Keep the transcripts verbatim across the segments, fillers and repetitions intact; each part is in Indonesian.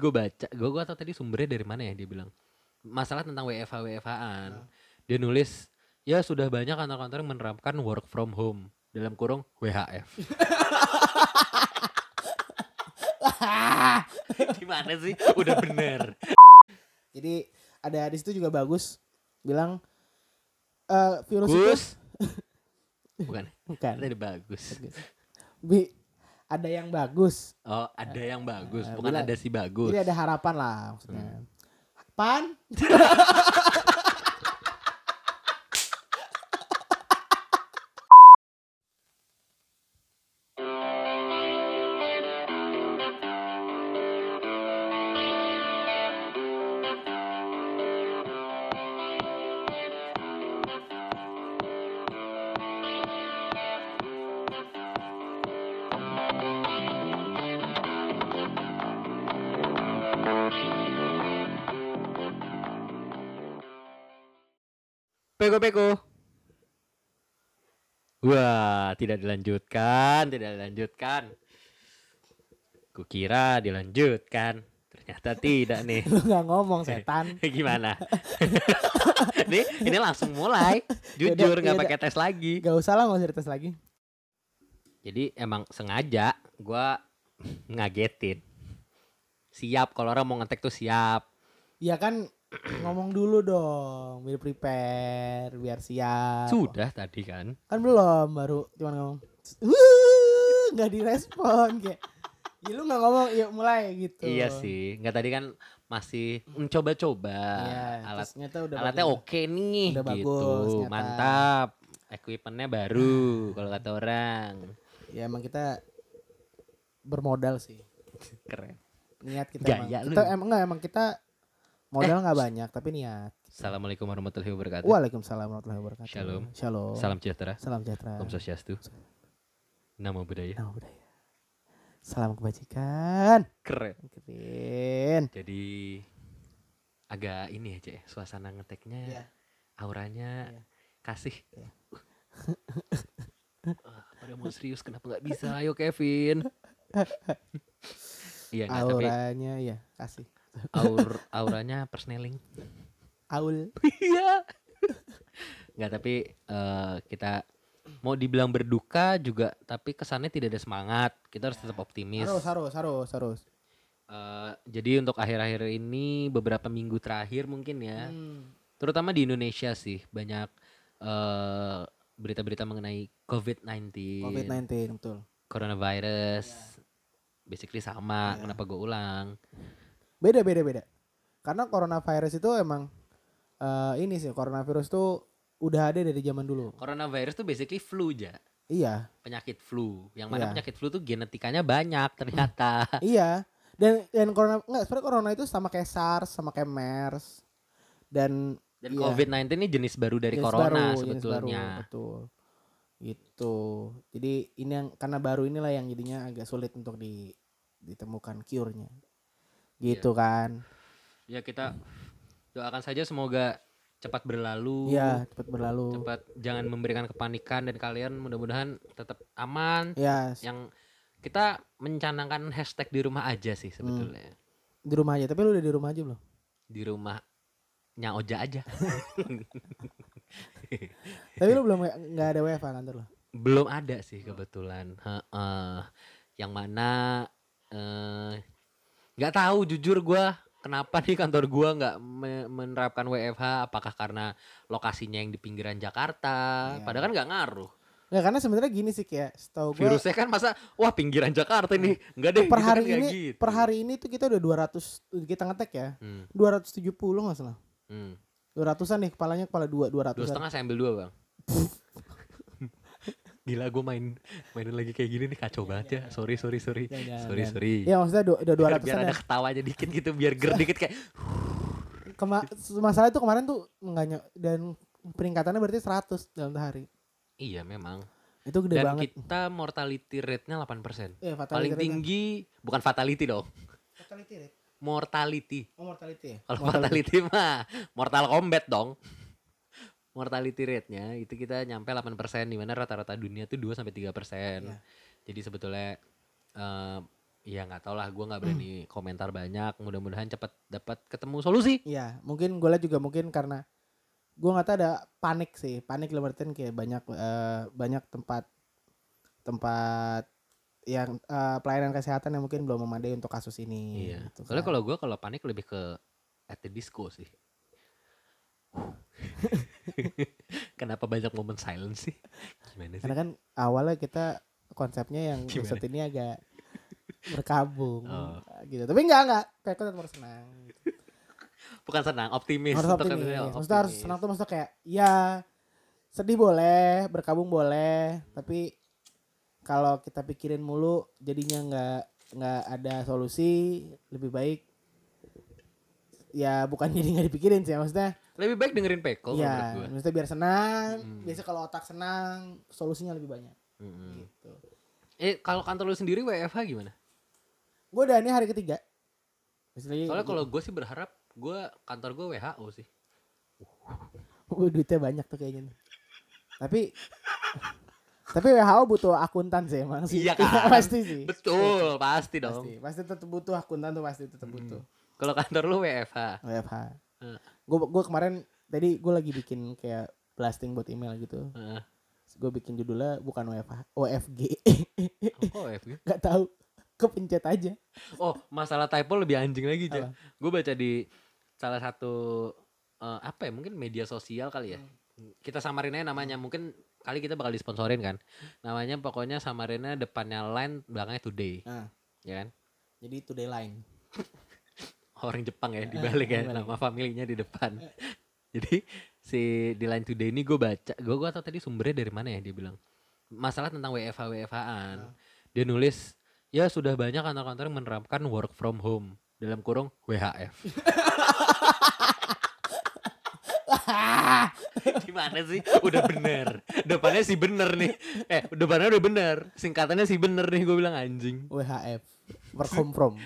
gue baca, gue gue tau tadi sumbernya dari mana ya, dia bilang masalah tentang W F H W F H-an. Nah. Dia nulis ya sudah banyak kantor-kantor yang menerapkan work from home dalam kurung W H F. Gimana sih? Udah bener. Jadi ada di situ juga bagus bilang uh, virus Gus. itu Bukan. bukan. Ada bagus. Bi, ada yang bagus. Oh, ada yang bagus, Uh, bukan bila, ada si bagus. Jadi ada harapan lah maksudnya. Hmm. Pan? Peko-peko. Wah, tidak dilanjutkan, tidak dilanjutkan. Kukira dilanjutkan, ternyata tidak nih. Lu gak ngomong setan. Gimana? Nih, ini langsung mulai. Jujur, nggak pakai tes lagi. Gak usah lah, nggak usah dites lagi. Jadi emang sengaja gue ngagetin. Siap, kalau orang mau ngetek tuh siap. Iya kan. Ngomong dulu dong, biar prepare, biar siap. Sudah tadi kan? Kan belum, baru cuma ngomong. Wuh, nggak direspon kayak. Ya lu nggak ngomong, yuk mulai gitu. Iya sih, nggak tadi kan masih mencoba-coba. Iya, alat udah alatnya oke okay nih, udah gitu, bagus, mantap. Equipmentnya baru, kalau kata orang. Ya emang kita bermodal sih. Keren. Niat kita Gaya emang. lu. Kita emang nggak emang kita modal nggak eh, banyak tapi niat. Assalamualaikum warahmatullahi wabarakatuh. Waalaikumsalam warahmatullahi wabarakatuh. Shalom. Shalom. Salam sejahtera. Salam sejahtera. Om Swastiastu. Namo Buddhaya. Namo Buddhaya. Salam kebajikan. Keren. Keren. Jadi agak ini aja ya, suasana ngeteknya, yeah. Auranya, yeah. Kasih. Yeah. uh, pada mau serius kenapa nggak bisa? Ayo Kevin. Iya nggak tapi. Auranya ya kasih. Aur auranya persneling. Aul. Iya. Nggak tapi uh, kita mau dibilang berduka juga, tapi kesannya tidak ada semangat. Kita harus tetap optimis. Harus harus harus harus. Uh, jadi untuk akhir-akhir ini beberapa minggu terakhir mungkin ya, hmm. terutama di Indonesia sih banyak uh, berita-berita mengenai covid sembilan belas. covid sembilan belas betul. Coronavirus. Yeah. Basically sama. Yeah. Kenapa gue ulang? Beda beda beda. Karena coronavirus itu emang uh, ini sih, coronavirus tuh udah ada dari zaman dulu. Coronavirus tuh basically flu aja. Iya. Penyakit flu. Yang mana iya. penyakit flu tuh genetikanya banyak ternyata. Iya. Dan dan corona enggak, sebenarnya corona itu sama kayak SARS, sama kayak MERS. Dan dan iya. covid sembilan belas ini jenis baru dari jenis corona baru, sebetulnya. Baru, betul. Gitu. Jadi ini yang karena baru inilah yang jadinya agak sulit untuk di, ditemukan cure-nya. Gitu iya. Kan. Ya kita doakan saja semoga cepat berlalu. Iya, cepat berlalu. Cepat, jangan memberikan kepanikan dan kalian mudah-mudahan tetap aman. Yes. Yang kita mencanangkan hashtag di rumah aja sih sebetulnya. Hmm. Di rumah aja, tapi lu udah di rumah aja belum? Di rumahnya Oja aja. Tapi lu belum nggak ada W F H kantor lo? Belum ada sih kebetulan. Uh, yang mana nggak uh, tahu jujur gue. Kenapa nih kantor gua nggak me- menerapkan W F H? Apakah karena lokasinya yang di pinggiran Jakarta? Ya. Padahal kan nggak ngaruh. Ya karena sebenarnya gini sih kayak setahu gua. Virusnya kan masa wah pinggiran Jakarta nih. Enggak deh. Per hari gitu kan ini gitu. per hari ini tuh kita udah dua ratus kita ngetek ya. Hmm. dua ratus tujuh puluh nggak salah. Hmm. dua ratusan nih kepalanya kepala dua dua ratusan. Dua setengah saya ambil dua bang. Gila gue main mainin lagi kayak gini nih kacau banget ya. Sorry sorry sorry. Jangan, sorry jangan. sorry. Ya maksudnya udah dua ratusan. Biar ada ya. Ketawanya dikit gitu biar ger dikit kayak. Kema- masalah itu kemarin tuh enggak dan peningkatannya berarti seratus dalam sehari. Iya memang. Itu gede dan banget. Dan kita mortality rate-nya delapan persen. Eh, paling tinggi rate. Bukan fatality dong. Fatality rate. Mortality. Oh, mortality ya. Kalau mortality mah Mortal Kombat dong. Mortality rate-nya itu kita nyampe delapan persen di mana rata-rata dunia tuh dua sampai tiga persen. Yeah. Jadi sebetulnya uh, Iya nggak tau lah, gue nggak berani komentar banyak. Mudah-mudahan cepat dapat ketemu solusi. Iya, mungkin gue lihat juga mungkin karena gue nggak tahu ada panik sih, panik dalam artian kayak banyak eh, banyak tempat tempat yang eh, pelayanan kesehatan yang mungkin belum memadai untuk kasus ini. Iya. Gitu Soalnya kan. kalau gue kalau panik lebih ke at the disco sih. Kenapa banyak momen silence sih? Gimana sih? Karena kan awalnya kita konsepnya yang Gimana? episode ini agak berkabung Oh. gitu. Tapi enggak enggak, kayak tetap harus senang. Bukan senang, optimis. Harus Untuk optimis. episode Maksudnya harus optimis. senang tuh maksudnya kayak ya sedih boleh, berkabung boleh, tapi kalau kita pikirin mulu jadinya nggak nggak ada solusi, lebih baik ya bukan jadi nggak dipikirin sih maksudnya. Lebih baik dengerin Peko kalau menurut Ya, gue. maksudnya biar senang. Hmm. Biasa kalau otak senang, solusinya lebih banyak. Mm-mm. Gitu. Eh kalau kantor lu sendiri W F H gimana? Gue udah ini hari ketiga. Maksudnya Soalnya kalau gue sih berharap gue kantor gue W H O sih. gue duitnya banyak tuh kayaknya. nih. Tapi tapi W H O butuh akuntan sih emang sih. Iya kan? pasti sih. Betul, pasti dong. Pasti, pasti tetap butuh akuntan tuh pasti tetap butuh. Kalau kantor lu W F H. W F H. Hmm. Gue gue kemarin tadi gue lagi bikin kayak blasting buat email gitu. Heeh. Gue bikin judulnya bukan W F H, O F G. Oh, W F H. Gak tahu, kepencet aja. Oh, masalah typo lebih anjing lagi, Apa? Ja. Gue baca di salah satu eh, apa ya, mungkin media sosial kali ya. Kita samarin aja namanya, mungkin kali kita bakal disponsorin kan. Namanya pokoknya samarinnya depannya line, belakangnya today. Nah, Ya kan? jadi today line. Orang Jepang ya dibalik ya, dibalik. nama familinya di depan. Jadi si di line today ini gue baca, gue gue tau tadi sumbernya dari mana ya, dia bilang masalah tentang W F H W F H-an. Dia nulis ya sudah banyak kantor-kantor yang menerapkan work from home dalam kurung W H F. Gimana sih? Udah bener. Depannya sih bener nih. Eh, depannya udah bener. Singkatannya sih bener nih, gue bilang anjing. W H F, work home from.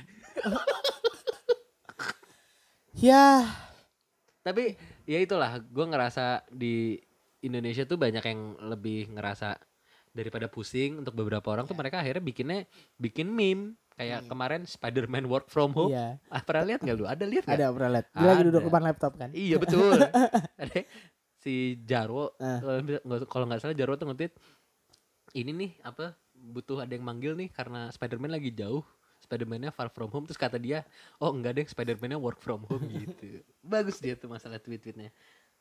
Ya, Tapi ya itulah, gue ngerasa di Indonesia tuh banyak yang lebih ngerasa daripada pusing. Untuk beberapa orang tuh mereka akhirnya bikinnya bikin meme. Kayak kemarin Spider-Man work from home. iya. Ah, pernah lihat nggak lu? Ada lihat nggak? Ada pernah lihat. Dia lagi duduk Ada. depan laptop kan. Iya betul. Ada si Jarwo, Ah. kalau nggak- kalau nggak salah Jarwo tuh nge-tweet ini nih apa butuh ada yang manggil nih karena Spider-Man lagi jauh. Spider-Man-nya far from home, terus kata dia, oh enggak deh, Spider-Man-nya work from home gitu. Bagus dia tuh masalah tweet-tweetnya.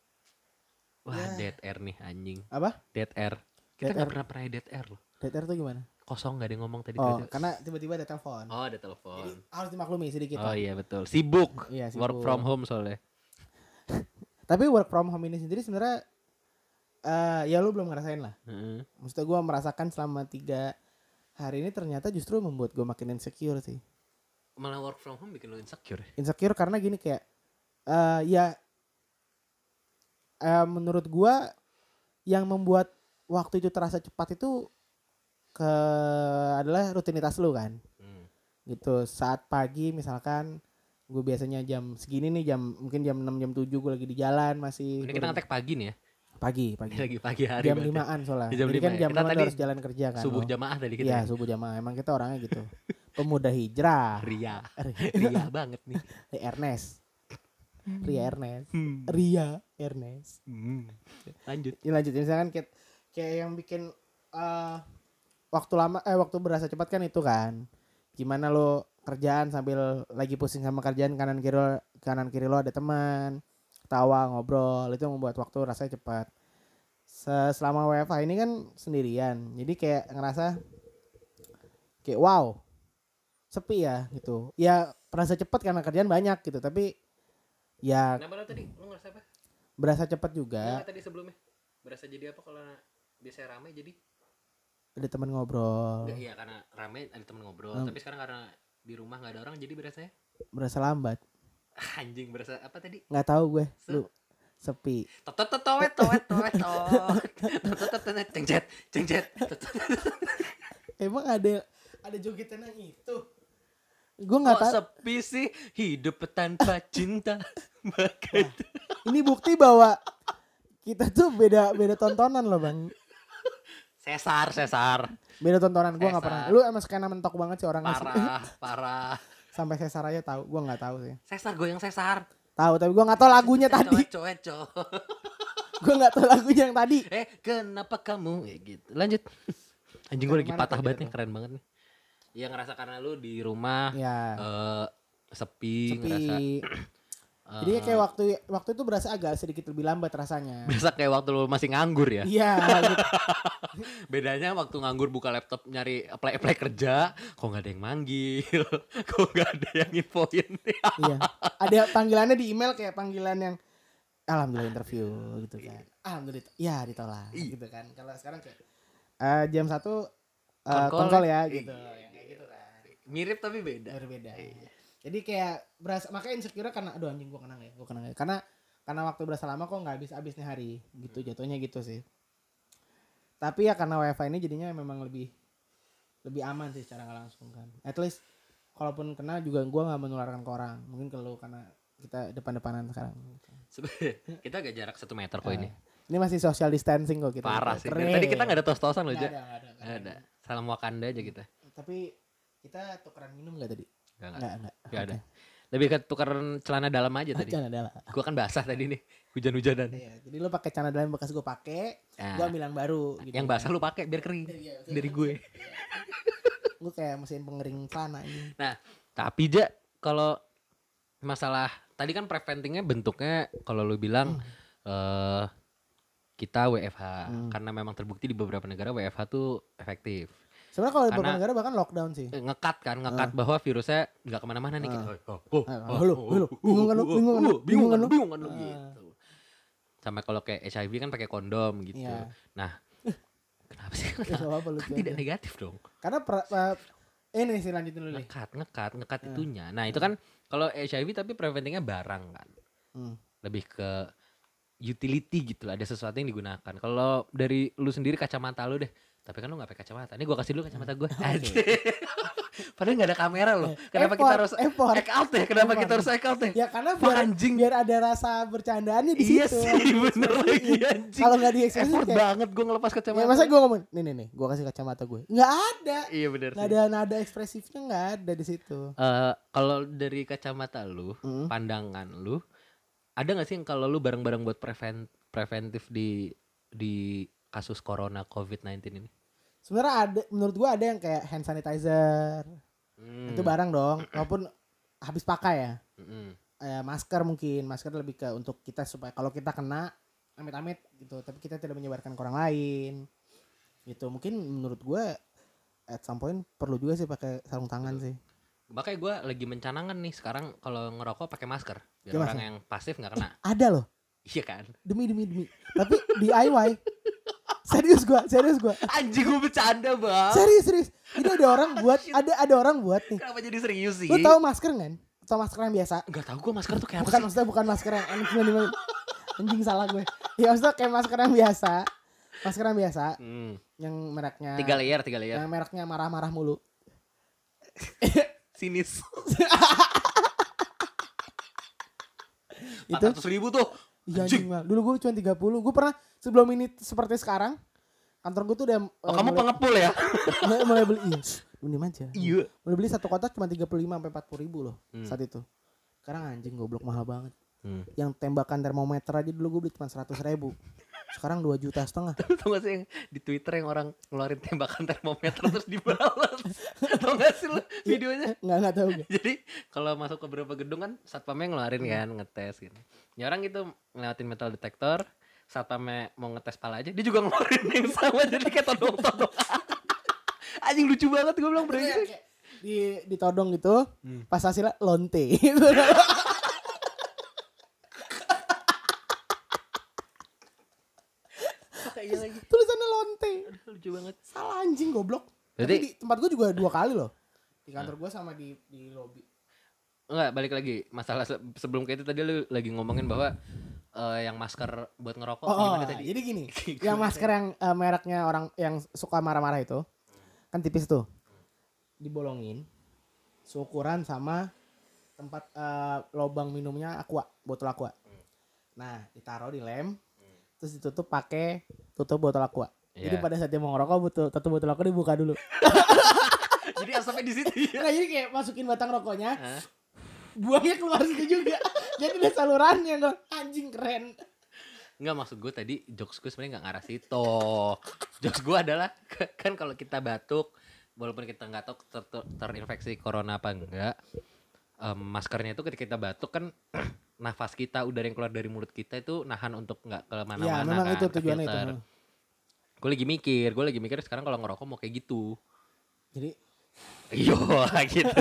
Wah, Ya. dead air nih anjing. Apa? Dead air. Kita Dead nggak air. pernah pernah dead air loh. Dead air tuh gimana? Kosong, nggak ada yang ngomong tadi. Oh, tiba-tiba. karena tiba-tiba ada telepon. Oh, ada telepon. Jadi harus dimaklumi sedikit. Oh lah. iya betul. Sibuk. Iya, Work sibuk. from home soalnya. Tapi work from home ini sendiri sebenarnya eh ya lu belum ngerasain lah. Heeh. Maksudnya gue merasakan selama tiga hari ini ternyata justru membuat gue makin insecure sih. Malah work from home bikin lo insecure. ya? Insecure karena gini kayak eh ya eh, menurut gue yang membuat waktu itu terasa cepat itu ke adalah rutinitas lu kan. Hmm. Gitu saat pagi misalkan gue biasanya jam segini nih jam mungkin jam enam jam tujuh gue lagi di jalan masih Ini gua kita lagi- ngetek pagi nih ya. pagi pagi Ini lagi pagi hari. jam berarti. limaan soalnya. Jam Jadi kan lima ya. jam Kita enam tadi harus jalan kerja kan. Subuh Oh. jamaah tadi kita. Iya ya. subuh jamaah emang kita orangnya gitu. Pemuda hijrah. Ria. Ria banget nih. Ria Ernest. Ria Ernest. Hmm. Ria Ernest. Hmm. Lanjut. Ini lanjut misalkan kayak, kayak yang bikin eh, waktu lama eh waktu berasa cepat kan itu kan. Gimana lo kerjaan sambil lagi pusing sama kerjaan kanan kiri lo, kanan kiri lo ada teman, tawa ngobrol itu yang membuat waktu rasanya cepat. Se- Selama W F H ini kan sendirian. Jadi kayak ngerasa kayak wow. Sepi ya gitu. Ya berasa cepat karena kerjaan banyak gitu, tapi ya Kenapa lo tadi? Lo ngerasa apa? berasa cepat juga. Enggak tadi sebelumnya. Berasa jadi apa kalau biasanya rame jadi? Ada teman ngobrol. Enggak, iya karena rame ada temen ngobrol. Hmm. Tapi sekarang karena di rumah nggak ada orang jadi berasanya Berasa lambat. anjing berasa apa tadi? Nggak tahu gue. Se- Lu sepi. Totot towet towet towet towet. Totot towet cengcet cengcet. Emang ada ada jogetan yang itu? Gue nggak Kok tahu. sepi sih hidup tanpa cinta. Bagai Ini bukti bahwa kita tuh beda beda tontonan loh bang. Sesar, sesar. Beda tontonan gue nggak Sesar. pernah. Lu emang skena mentok banget sih orangnya sih. Parah, parah. Sampai sesar aja tahu. Gue nggak tahu sih. Sesar goyang sesar. Tahu tapi gue nggak tahu lagunya tadi. Coet, coet, coet. Gue nggak tahu lagunya yang tadi. Eh, kenapa kamu? Ya gitu. Lanjut. Anjing gue lagi Gimana patah tuh banget gitu? nih, keren banget nih. Ya ngerasa karena lu di rumah Ya. eh, sepi, Sepi. ngerasa Jadi eh, kayak waktu waktu itu berasa agak sedikit lebih lambat rasanya. berasa kayak waktu lu masih nganggur ya. Iya. Gitu. Bedanya waktu nganggur buka laptop nyari apply apply kerja, kok nggak ada yang manggil, kok nggak ada yang infoin. Iya. Ada panggilannya di email kayak panggilan yang alhamdulillah interview gitu kan. Alhamdulillah. Ya ditolak gitu kan. Kalau sekarang kayak eh, jam satu uh, Konkol konkol ya? ya gitu. Yang kayak gitu kan. Mirip tapi beda. Berbeda. Jadi kayak berasa makanya insecure karena aduh anjing gua kenang ya, gua kenang ya. Karena karena waktu berasa lama kok nggak habis-habis nih hari gitu jatuhnya gitu sih. Tapi ya karena wifi ini jadinya memang lebih lebih aman sih secara nggak langsung kan. At least kalaupun kena juga gua nggak menularkan ke orang. Mungkin kalau karena kita depan-depanan sekarang. Sebenarnya kita agak jarak satu meter kok ini. Ini masih social distancing kok kita. Parah sih. Keren. Dari tadi kita nggak ada tos-tosan loh, Nggak Ja. ada, nggak ada, nggak Nggak ada. Salam Wakanda aja kita. Tapi kita tukeran minum nggak tadi? Nggak, nggak. Nggak, nggak. Nggak ada. Oke. Lebih ke tukeran celana dalam aja tadi. Jangan ada lah. Gua kan basah tadi nih, hujan-hujanan. Iya, jadi lu pakai celana dalam bekas gue pakai, Nah, gue ambil yang baru. Gitu yang kan. basah lu pakai biar kering. Iya, iya, Dari gue. Gue kayak mesin pengering celana ini. Nah, tapi Ja, kalau masalah tadi kan preventingnya bentuknya kalau lu bilang eh kita W F H Hmm. karena memang terbukti di beberapa negara W F H tuh efektif. Sebenarnya kalau di Karena- beberapa negara bahkan lockdown sih. Eh, ngekat kan, ngekat bahwa virusnya nggak kemana-mana nih. Ah. Kita, oh, oh, Ah, lu, lu, bingung kan lu, bingung kan lu, bingung bingung kan kan lu, lu? bingung kan lu Ah. gitu. Sama kalau kayak H I V kan pakai kondom gitu. Iya. Nah, kenapa sih? Ya, nggak apa-apa, lucu Kan tidak aja. negatif dong. Karena pra, pra- ini sih lanjutin dulu nih. Ngekat, ngekat, ngekat Ah. itunya. Nah, itu kan kalau H I V tapi preventingnya barang kan. Hmm. Lebih ke utility gitu lah, ada sesuatu yang digunakan. Kalau dari lu sendiri kacamata lu deh. Tapi kan lu gak pakai kacamata. Nih gua kasih dulu kacamata gue. Aja. Padahal gak ada kamera loh. Kenapa Effort, kita harus effort. act out ya? Kenapa Effort. kita harus act out ya? Ya karena Fuck, biar, anjing. biar ada rasa bercandaannya di Iya situ. sih, bener lagi anjing. Kalau nggak diekspresi Effort kayak, banget gue ngelepas kacamata. ya masa gue ngomong, nih nih nih, gue kasih kacamata gue. Nggak ada, Iya bener nggak sih. ada nada ekspresifnya nggak ada di situ. Eh, kalau dari kacamata lu, Hmm. pandangan lu, ada gak sih yang kalau lu bareng-bareng buat preven, preventif di di kasus corona covid sembilan belas ini? Sebenarnya ada, menurut gue ada yang kayak hand sanitizer, Hmm. itu barang dong, walaupun habis pakai ya. Mm-mm. Eh, masker mungkin, masker lebih ke untuk kita supaya kalau kita kena amit-amit gitu, tapi kita tidak menyebarkan ke orang lain. Gitu, mungkin menurut gue at some point perlu juga sih pakai sarung tangan sih. Makanya gue lagi mencanangkan nih sekarang kalau ngerokok pakai masker biar Pakai orang masker. yang pasif nggak kena. Ada loh, Iya kan? demi demi demi. Tapi D I Y. Serius gue, serius gue. Anjing gue bercanda bang. Serius serius. Ini ada orang buat, ada ada orang buat nih. Kenapa jadi serius sih? Lu tahu masker kan? Tahu masker yang biasa? Gak tau gue masker tuh kayak apa Bukan sih? maksudnya bukan masker yang anjing, anjing salah gue. Ya maksudnya kayak masker yang biasa. Masker yang biasa Hmm. yang mereknya Tiga layer, tiga layer. yang mereknya marah-marah mulu. Sinis. Itu empat ratus ribu tuh. iya Anjing. anjing mah. Dulu gue cuma tiga puluh. Gue pernah sebelum ini seperti sekarang kantor gue tuh udah Oh eh, kamu mulai, pengepul ya? mulai, mulai beli iya, shh, mending aja. Iya. Mulai beli satu kotak cuma tiga puluh lima sampai empat puluh ribu loh Hmm. saat itu. Sekarang anjing goblok mahal banget. Hmm. Yang tembakan termometer aja dulu gue beli cuma seratus ribu. Sekarang dua juta setengah. Tau gak sih yang di Twitter yang orang ngeluarin tembakan termometer terus dibalas? Tau gak sih lu videonya? Nggak nggak tahu gue. Jadi kalau masuk ke beberapa gedung kan satpamnya ngeluarin kan ngetes gitu. Ya orang gitu ngelewatin metal detector, satpamnya mau ngetes pala aja, dia juga ngeluarin yang sama jadi kayak todong-todong. Anjing lucu banget gue bilang brengsek. Kayak di ditodong gitu, Hmm. pas hasilnya lonte. Gitu. Iya lagi. Tulisannya lonte. Aduh, lucu banget. Salah anjing goblok. Tapi Berarti- di tempat gue juga dua kali loh. Di kantor gue sama di di lobi. Enggak, balik lagi. Masalah se- sebelum kayak itu tadi lu lagi ngomongin bahwa eh, yang masker buat ngerokok Oh, gimana oh, tadi? jadi gini, yang masker yang eh, mereknya orang yang suka marah-marah itu kan tipis tuh, dibolongin, seukuran sama tempat eh, lubang minumnya aqua, botol aqua. Nah, ditaruh di lem, terus ditutup pakai tutup botol aqua. Jadi Iya. pada saat dia mau ngerokok butuh tutup botol rokok dibuka dulu. Jadi asapnya di situ ya. Nah, jadi kayak masukin batang rokoknya, Hah? buangnya keluar situ juga. Jadi ada salurannya dong. Anjing keren. Enggak, maksud gue tadi jokes gue sebenarnya nggak ngarah situ. Jokes gue adalah kan kalau kita batuk, walaupun kita nggak tahu ter- ter- terinfeksi corona apa enggak, em, maskernya itu ketika kita batuk kan nafas kita, udara yang keluar dari mulut kita itu nahan untuk nggak Iya, kemana-mana memang kan, itu ke tujuannya itu. filter. Gue lagi mikir, gue lagi mikir sekarang kalau ngerokok mau kayak gitu. Jadi Iya gitu.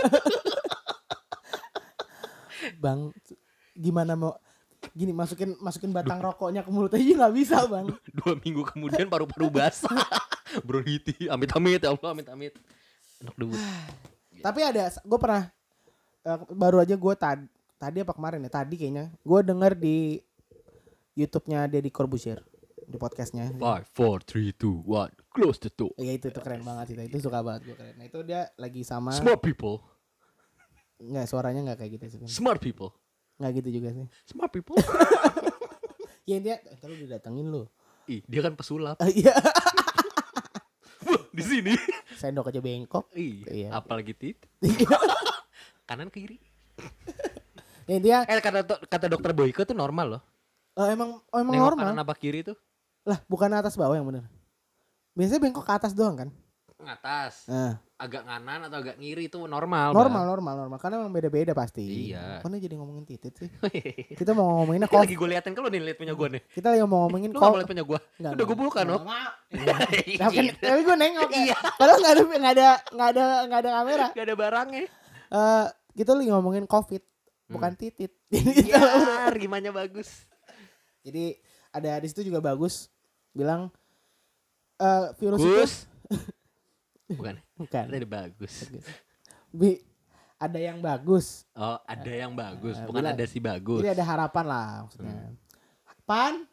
Bang, gimana mau gini masukin masukin batang rokoknya ke mulut aja nggak bisa bang. Dua minggu kemudian paru-paru basah. Bronhiti, amit-amit ya Allah, amit-amit. Enak debut. Tapi ada, gue pernah eh, baru aja gue tadi tadi apa kemarin ya tadi kayaknya gue denger di YouTube-nya Deddy Corbuzier di podcastnya. Five, four, three, two, one, close the door. Ya itu tuh keren banget sih, itu suka banget gue keren. Nah itu dia lagi sama, Smart people, nggak suaranya nggak kayak gitu sih, smart people, nggak gitu juga sih. smart people. Ya dia, ntar lu didatengin lu. Ih, dia kan pesulap. Ah, iya. Wah, di sini. Sendok aja bengkok. Iya, Iya. apalagi tit. Kanan kiri. Ya dia, Eh kata kata dokter Boyko tuh normal loh. oh, emang oh, emang Nengok normal. kanan apa kiri tuh? Lah bukan atas bawah yang benar. Biasanya bengkok ke atas doang kan? Ngatas. Nah, Agak kanan atau agak kiri itu normal. normal normal normal karena emang beda-beda pasti. Iya. Kok nih jadi ngomongin titit sih? Bang. Kita mau ngomonginnya Ini kok. lagi gue liatin kalau nih liat punya gue nih. Kita lagi mau ngomongin Lu kok. gak mau liat punya gue? Nggak, Udah gue nggak. buka no. Nggak mau. Tapi, tapi gue nengok ya. Iya. Padahal nggak ada nggak ada nggak ada nggak ada kamera. Gak ada barangnya. Eh kita lagi ngomongin COVID, bukan titit. Iya, gimana bagus. Jadi ada di situ juga bagus bilang eh virus itu Gus. Bukan. bukan. Ada bagus. Bi, ada yang bagus. Oh, ada yang bagus, Eh, bukan bilang- ada si bagus. Jadi ada harapan lah maksudnya. Pan?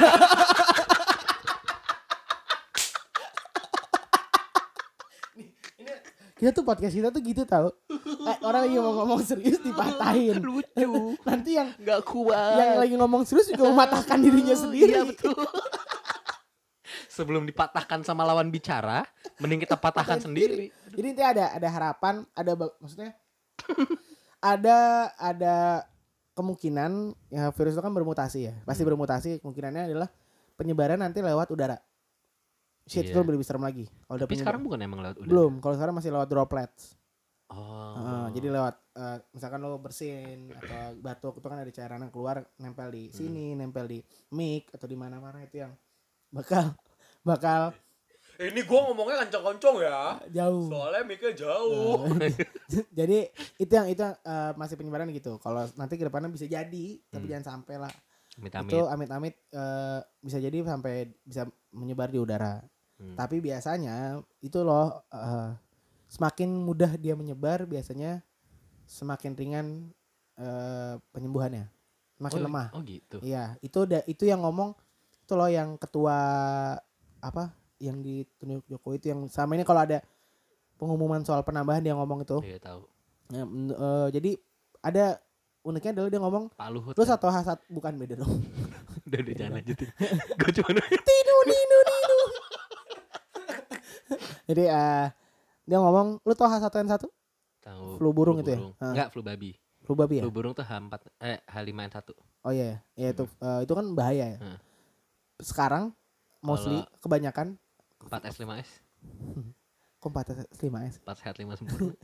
Kita tuh podcast kita tuh gitu tau. Eh, orang lagi mau ngomong serius dipatahin. Lucu. Nanti yang Nggak kuat. yang lagi ngomong serius juga mematahkan dirinya sendiri. Iya betul. Sebelum dipatahkan sama lawan bicara, mending kita patahkan sendiri. Jadi intinya ada ada harapan, ada ba- maksudnya ada ada kemungkinan ya virus itu kan bermutasi ya. Pasti bermutasi, kemungkinannya adalah penyebaran nanti lewat udara. Shit, Iya. itu lebih serem lagi. Kalau udah Tapi penyebar- sekarang bukan emang lewat udara. belum, kalau sekarang masih lewat droplets. Oh. Heeh, jadi lewat eh, misalkan lo bersin atau batuk itu kan ada cairan yang keluar nempel di Hmm. sini, nempel di mic atau di mana-mana itu yang bakal bakal Ini gua ngomongnya kencang-kencang ya. jauh. Soalnya mic-nya jauh. Jadi itu yang itu yang, eh, masih penyebaran gitu. Kalau nanti ke depannya bisa jadi, tapi Hmm. jangan sampai lah. Amit-amit. Itu amit-amit eh, bisa jadi sampai bisa menyebar di udara. Hmm. Tapi biasanya itu loh eh, semakin mudah dia menyebar biasanya semakin ringan eh, penyembuhannya. Semakin oh, lemah. Oh gitu. Iya, itu da, itu yang ngomong itu loh yang ketua apa yang ditunjuk Jokowi itu yang sama ini kalau ada pengumuman soal penambahan dia ngomong itu. Iya tahu. Ya, men- eh, jadi ada uniknya adalah dia ngomong Pak Luhut. lu kan? satu hasad bukan beda dong. Udah udah jangan lanjutin. Gua cuma Tidu nidu nidu. Jadi eh dia ngomong lu tau H satu N satu? tahu. Flu burung itu ya? Hah. Enggak, flu babi. Flu babi ya? Flu burung tuh H empat eh H lima N satu. Oh iya, ya itu eh, itu kan bahaya ya. Hmm. Sekarang mostly kebanyakan empat S lima S, kompat lima S. empat sehat lima sempurna.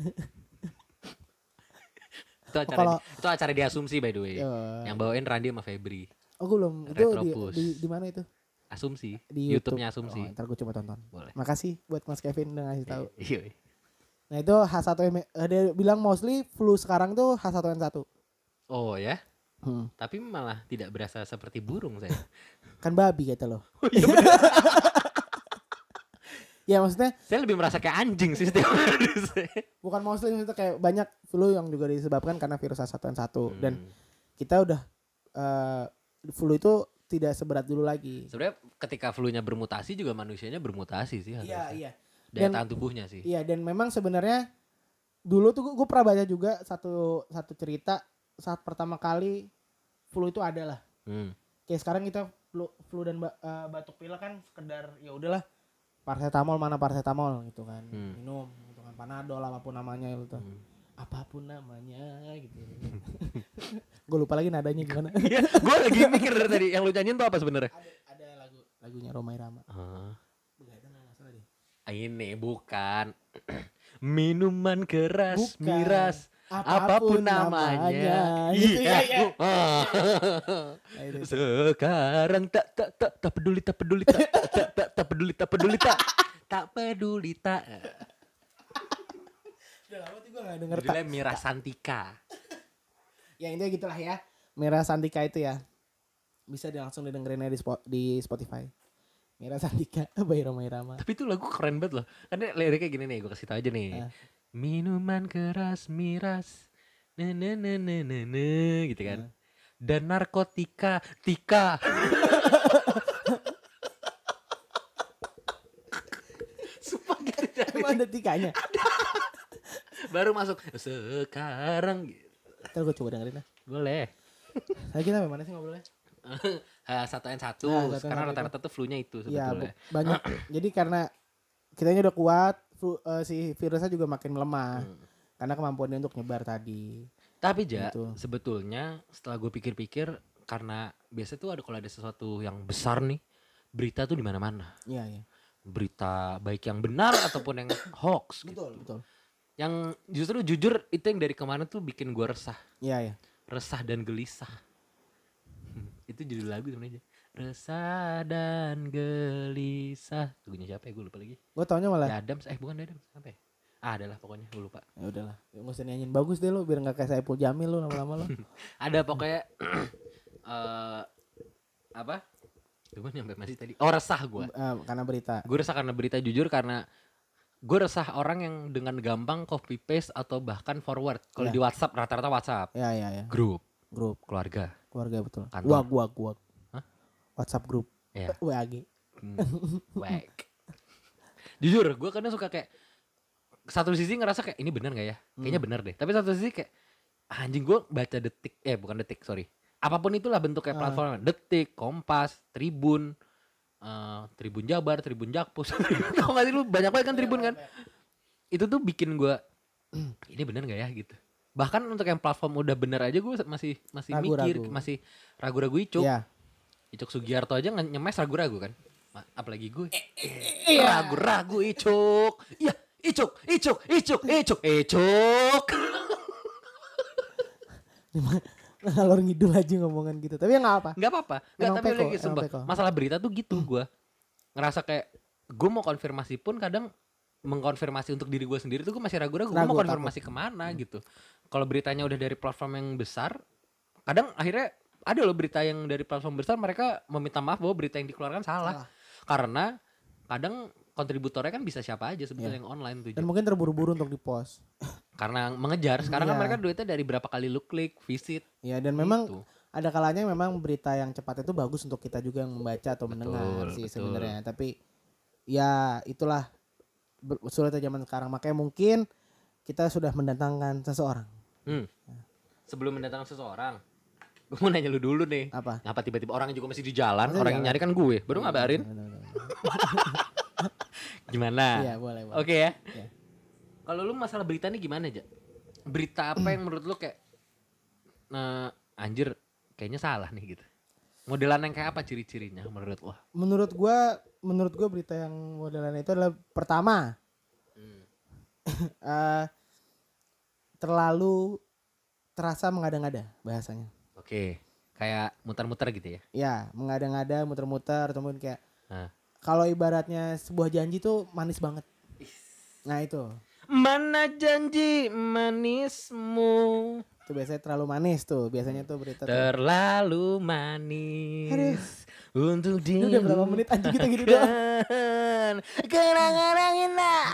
Itu acara kalau- itu acara diasumsi by the way. Eh, Yang bawain Randy sama Febri. oh gue belum itu di, Retropus. di, di mana itu? Asumsi. Di YouTube. YouTube-nya asumsi. Oh, ntar gue coba tonton. Boleh. Makasih buat Mas Kevin udah ngasih tahu. Iya. iya. Nah itu H satu N satu, eh, dia bilang mostly flu sekarang tuh H satu N satu. Oh ya. Hmm. Tapi malah tidak berasa seperti burung saya. Kan babi kata lo. Oh, iya bener. Ya maksudnya Saya lebih merasa kayak anjing sih setiap hari. bukan mostly maksudnya kayak banyak flu yang juga disebabkan karena virus H satu N satu dan Hmm. kita udah eh, flu itu tidak seberat dulu lagi. Sebenarnya ketika flu-nya bermutasi juga manusianya bermutasi sih Iya harusnya. iya. Daya Dan- tahan tubuhnya sih. Iya dan memang sebenarnya dulu tuh gue pernah baca juga satu satu cerita saat pertama kali flu itu ada lah. Hmm. Kayak sekarang kita flu, flu dan ba- eh, batuk pilek kan sekedar ya udahlah paracetamol mana paracetamol gitu kan. Hmm. Minum gitu kan Panadol apapun namanya itu tuh. Hmm. Apapun namanya gitu. Gue lupa lagi nadanya gimana. Iya, gue lagi mikir dari tadi yang lu nyanyiin tuh apa sebenarnya? ada ada lagu lagunya Rhoma Irama. Ah, Begadang nggak salah deh. ini bukan minuman keras, Bukan. miras, apapun, namanya. Gitu ya, ya. Ah. Nah, itu. Sekarang tak tak tak tak peduli tak peduli tak tak tak tak, tak peduli tak peduli tak tak peduli tak. Udah lama tuh gue gak denger tak. Judulnya Mira Santika. Ya intinya gitulah ya. Mira Santika itu ya. Bisa di- langsung didengerin aja di, Spo- di Spotify. Mira Santika by Rhoma Irama. Tapi itu lagu keren banget loh. Karena liriknya gini nih, gue kasih tau aja nih. Ah. Minuman keras, miras, ne ne ne ne ne ne, gitu kan. Ah. Dan narkotika, tika. Sumpah gitu. Emang ada tikanya? Baru masuk sekarang gitu. Ntar gue coba dengerin lah. Boleh. Lagi kita mana sih ngobrolnya? Ha, satu n satu. Nah, satu N Karena satu rata-rata tuh flu-nya itu Iya sebetulnya. bu- banyak. Jadi karena kitanya udah kuat, flu- eh, si virusnya juga makin melemah. Hmm. Karena kemampuannya untuk nyebar tadi. Tapi Ja, Gitu. sebetulnya setelah gue pikir-pikir, karena biasa tuh ada kalau ada sesuatu yang besar nih, berita tuh di mana-mana. Iya iya. Berita baik yang benar ataupun yang hoax. Gitu. Betul betul. Yang justru jujur itu yang dari kemarin tuh bikin gue resah, Iya iya. resah dan gelisah. Itu judul lagu sebenarnya. Resah dan gelisah. Lagunya siapa ya? Gue lupa lagi. Gue taunya malah. The Adams, eh bukan The Adams, apa ya? Ah, adalah pokoknya gue lupa. Ya udahlah. Gak usah nyanyiin bagus deh lo biar nggak kayak Saipul Jamil lo lama-lama lo. Ada pokoknya eh apa? Gue nyampe masih tadi. Oh, resah gue. Eh, karena berita. Gue resah karena berita jujur karena gue resah orang yang dengan gampang copy paste atau bahkan forward. Kalau Ya. di WhatsApp rata-rata WhatsApp, Ya ya ya. grup, Grup keluarga. keluarga betul. Kantor. Wag wag wag. Hah? WhatsApp grup. Ya. W A G. Hmm, whack. Jujur, gue kadang suka kayak satu sisi ngerasa kayak ini benar gak ya? Kayaknya benar deh. Tapi satu sisi kayak ah, anjing gue baca detik, eh bukan detik sorry. Apapun itulah bentuk kayak Ah. platform, detik, Kompas, Tribun, eh, Tribun Jabar, Tribun Jakpus. Tau gak sih lu banyak banget kan Tribun kan? Itu tuh bikin gue ini benar gak ya gitu. Bahkan untuk yang platform udah bener aja gue masih masih mikir, Ragu-ragu. masih ragu-ragu Icuk. Iya. Icuk Sugiarto aja nge- nyemes ragu-ragu kan. Ma- Apalagi gue. Iya. Ragu-ragu Icuk. Iya, Icuk, Icuk, Icuk, Icuk, Icuk. Ngalor ngidul aja ngomongan gitu. Tapi ya nggak apa. Enggak apa-apa. Enggak, Emang tapi peko, lagi emang sumpah. peko. Masalah berita tuh gitu gue. Ngerasa kayak gue mau konfirmasi pun kadang mengkonfirmasi untuk diri gue sendiri tuh gue masih ragu-ragu. Gue Ragu, mau konfirmasi kemana gitu. Kalau beritanya udah dari platform yang besar, kadang akhirnya ada loh berita yang dari platform besar mereka meminta maaf bahwa berita yang dikeluarkan salah. Salah. Karena kadang kontributornya kan bisa siapa aja sebetulnya Iya. yang online tuh. Dan mungkin terburu-buru untuk di-post. Karena mengejar. Sekarang kan Iya. mereka duitnya dari berapa kali lu klik, visit. Ya dan memang gitu. ada kalanya memang berita yang cepat itu bagus untuk kita juga yang membaca atau Betul, mendengar sih betul. sebenarnya. Tapi ya itulah ber- sulitnya zaman sekarang. Makanya mungkin kita sudah mendatangkan seseorang. Hmm. Sebelum mendatangkan seseorang, gue mau nanya lu dulu nih. Apa? Ngapa tiba-tiba orangnya juga masih di jalan? Masih di Orang yang jalan. nyari kan gue. Baru ngabarin. Gimana? Iya boleh boleh. Oke ya. Iya. Kalau lu masalah berita nih gimana aja? Berita apa yang menurut lu kayak, nah anjir, kayaknya salah nih gitu. Modelan yang kayak apa ciri-cirinya menurut lo? Menurut gua, menurut gua berita yang modelan itu adalah pertama Hmm. eh, terlalu terasa mengada-ngada bahasanya. Oke, kayak muter-muter gitu ya? Ya, mengada-ngada, muter-muter, atau mungkin kayak Nah. kalau ibaratnya sebuah janji tuh manis banget. Nah itu, Mana janji manismu itu biasanya terlalu manis tuh, biasanya tuh berita tuh. terlalu manis untuk Ini udah berapa menit anjing kita gitu doang. dilupakan. Kenang-kenang indah.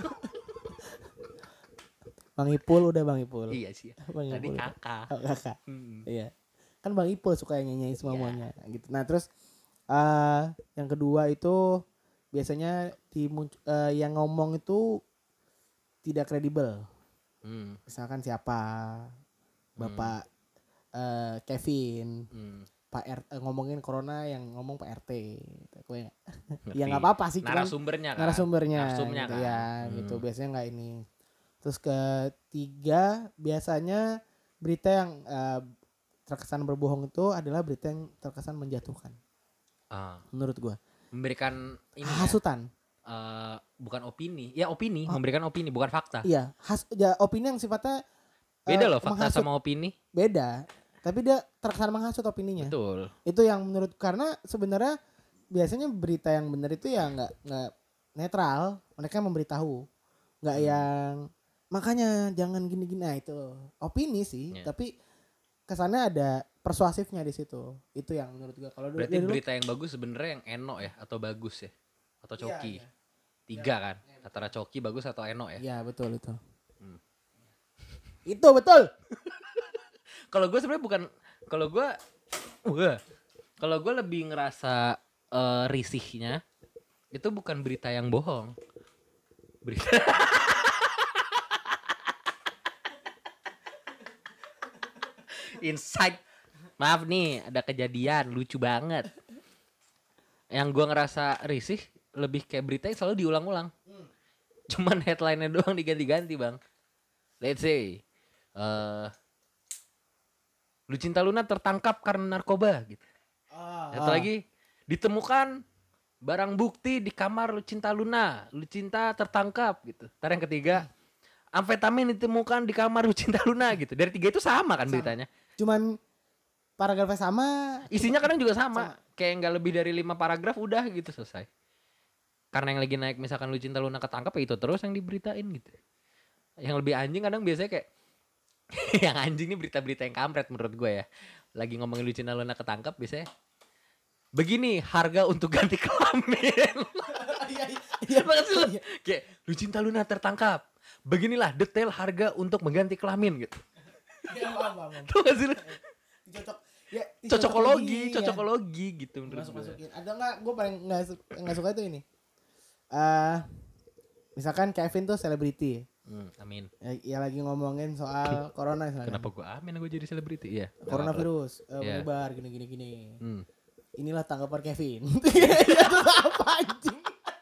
Bang Ipul udah Bang Ipul. Iya sih. Bang Tadi Ipul. kakak. Oh, kakak. Hmm. Iya. Kan Bang Ipul suka yang nyanyi Iya. semuanya gitu. Nah, terus eh yang kedua itu biasanya di eh, yang ngomong itu tidak kredibel. Hmm. Misalkan siapa? Bapak eh, Kevin Hmm. Pak R T, ngomongin corona yang ngomong Pak R T. Gue Ngerti. ya nggak apa-apa sih, cuman Narasumbernya kan. narasumbernya Narsumnya gitu kan. ya, Hmm. gitu. Biasanya nggak ini. Terus ketiga, biasanya berita yang uh, terkesan berbohong itu adalah berita yang terkesan menjatuhkan. Ah, Menurut gua. memberikan ini ya, Hasutan. eh, bukan opini. Ya opini, Oh. memberikan opini bukan fakta. Iya, has, ya, opini yang sifatnya Beda uh, loh fakta menghasut. sama opini. Beda. Tapi dia terkesan menghasut opininya. Betul. Itu yang menurut, karena sebenarnya biasanya berita yang benar itu ya nggak nggak netral, mereka memberitahu, nggak Hmm. yang makanya jangan gini-gini. Nah, itu opini sih, Ya. tapi kesannya ada persuasifnya di situ. Itu yang menurut gua. Kalau Berarti dari lu- berita yang bagus sebenarnya yang Eno ya atau bagus ya atau Iya, Coki. iya. Tiga kan antara Coki bagus atau Eno ya. Iya, betul itu. Hmm. Itu betul. Kalau gue sebenarnya bukan, kalau gue, wah, kalau gue lebih ngerasa eh, risihnya itu bukan berita yang bohong, berita insight. Maaf nih, ada kejadian lucu banget. Yang gue ngerasa risih lebih kayak berita yang selalu diulang-ulang. Cuman headline-nya doang diganti-ganti bang. Let's say, eh Lucinta Luna tertangkap karena narkoba gitu. Ah, Satu lagi, ditemukan barang bukti di kamar Lucinta Luna. Lucinta tertangkap gitu. Ntar yang ketiga, amfetamin ditemukan di kamar Lucinta Luna gitu. Dari tiga itu sama kan Sama. beritanya. Cuman paragrafnya sama. Isinya kadang juga sama. Sama. Kayak nggak lebih dari lima paragraf udah gitu selesai. Karena yang lagi naik misalkan Lucinta Luna ketangkap ya itu terus yang diberitain gitu. Yang lebih anjing kadang biasanya kayak yang anjing ini berita-berita yang kampret menurut gue ya. Lagi ngomongin Lucinta Luna ketangkap biasanya begini harga untuk ganti kelamin. Iya, iya, Banget sih lu. iya. Kayak Lucinta Luna tertangkap. Beginilah detail harga untuk mengganti kelamin gitu. Iya, paham, paham, paham. Tuh gak sih lu? Cocok. Ya, Cocokologi, ya. cocokologi gitu menurut Masuk gue. masukin. Ada nggak? Gue paling nggak su- nggak suka itu ini. Eh, misalkan Kevin tuh selebriti, Hmm, amin. ya, ya lagi ngomongin soal corona misalkan. Kenapa gue amin gue jadi selebriti? Iya. Coronavirus eh, Iya. menyebar gini gini gini. Hmm. Inilah tanggapan Kevin. Itu apa anjing?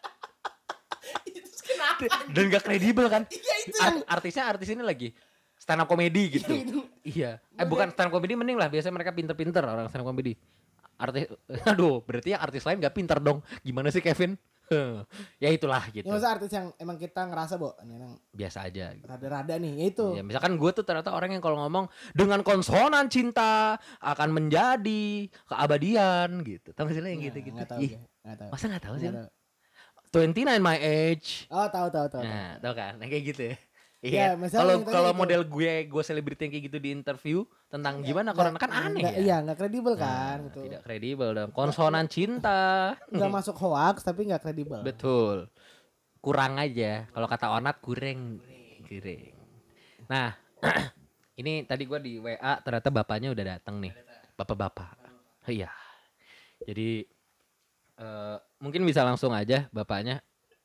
Itu kenapa? Dan gak kredibel kan? Iya itu yang Art- artisnya artis ini lagi stand up comedy gitu. Iya. Eh bukan stand up comedy mending lah. Biasanya mereka pinter-pinter orang stand up comedy. Artis, aduh berarti yang artis lain gak pinter dong. Gimana sih Kevin? Huh. Ya itulah gitu. ya masa artis yang emang kita ngerasa bo, ini yang Biasa aja. Gitu. rada-rada nih, ya itu. Ya, misalkan gue tuh ternyata orang yang kalau ngomong dengan konsonan cinta akan menjadi keabadian gitu. Tahu gak sih lo yang Nggak, gitu-gitu? nggak tahu Ih, gue, nggak tahu. masa gak tahu sih? Nggak lo? tahu. twenty nine my age. Oh tahu tahu tahu. tahu. Nah, tahu kan? Yang kayak gitu ya. Ya, Iya. misalnya Kalau yang tadi kalau itu. model gue gue selebriti yang kayak gitu di interview tentang gimana Nggak- corona kan aneh nggak- ya. Iya nggak kredibel Nah, kan gitu. Tidak kredibel dong. Konsonan cinta. Nggak masuk hoax tapi nggak kredibel. Betul. Kurang aja. Kalau kata Onat kurang. Kurang. Nah, ini tadi gue di W A ternyata bapaknya udah datang nih. Bapak-bapak. Iya. Jadi eh, mungkin bisa langsung aja bapaknya.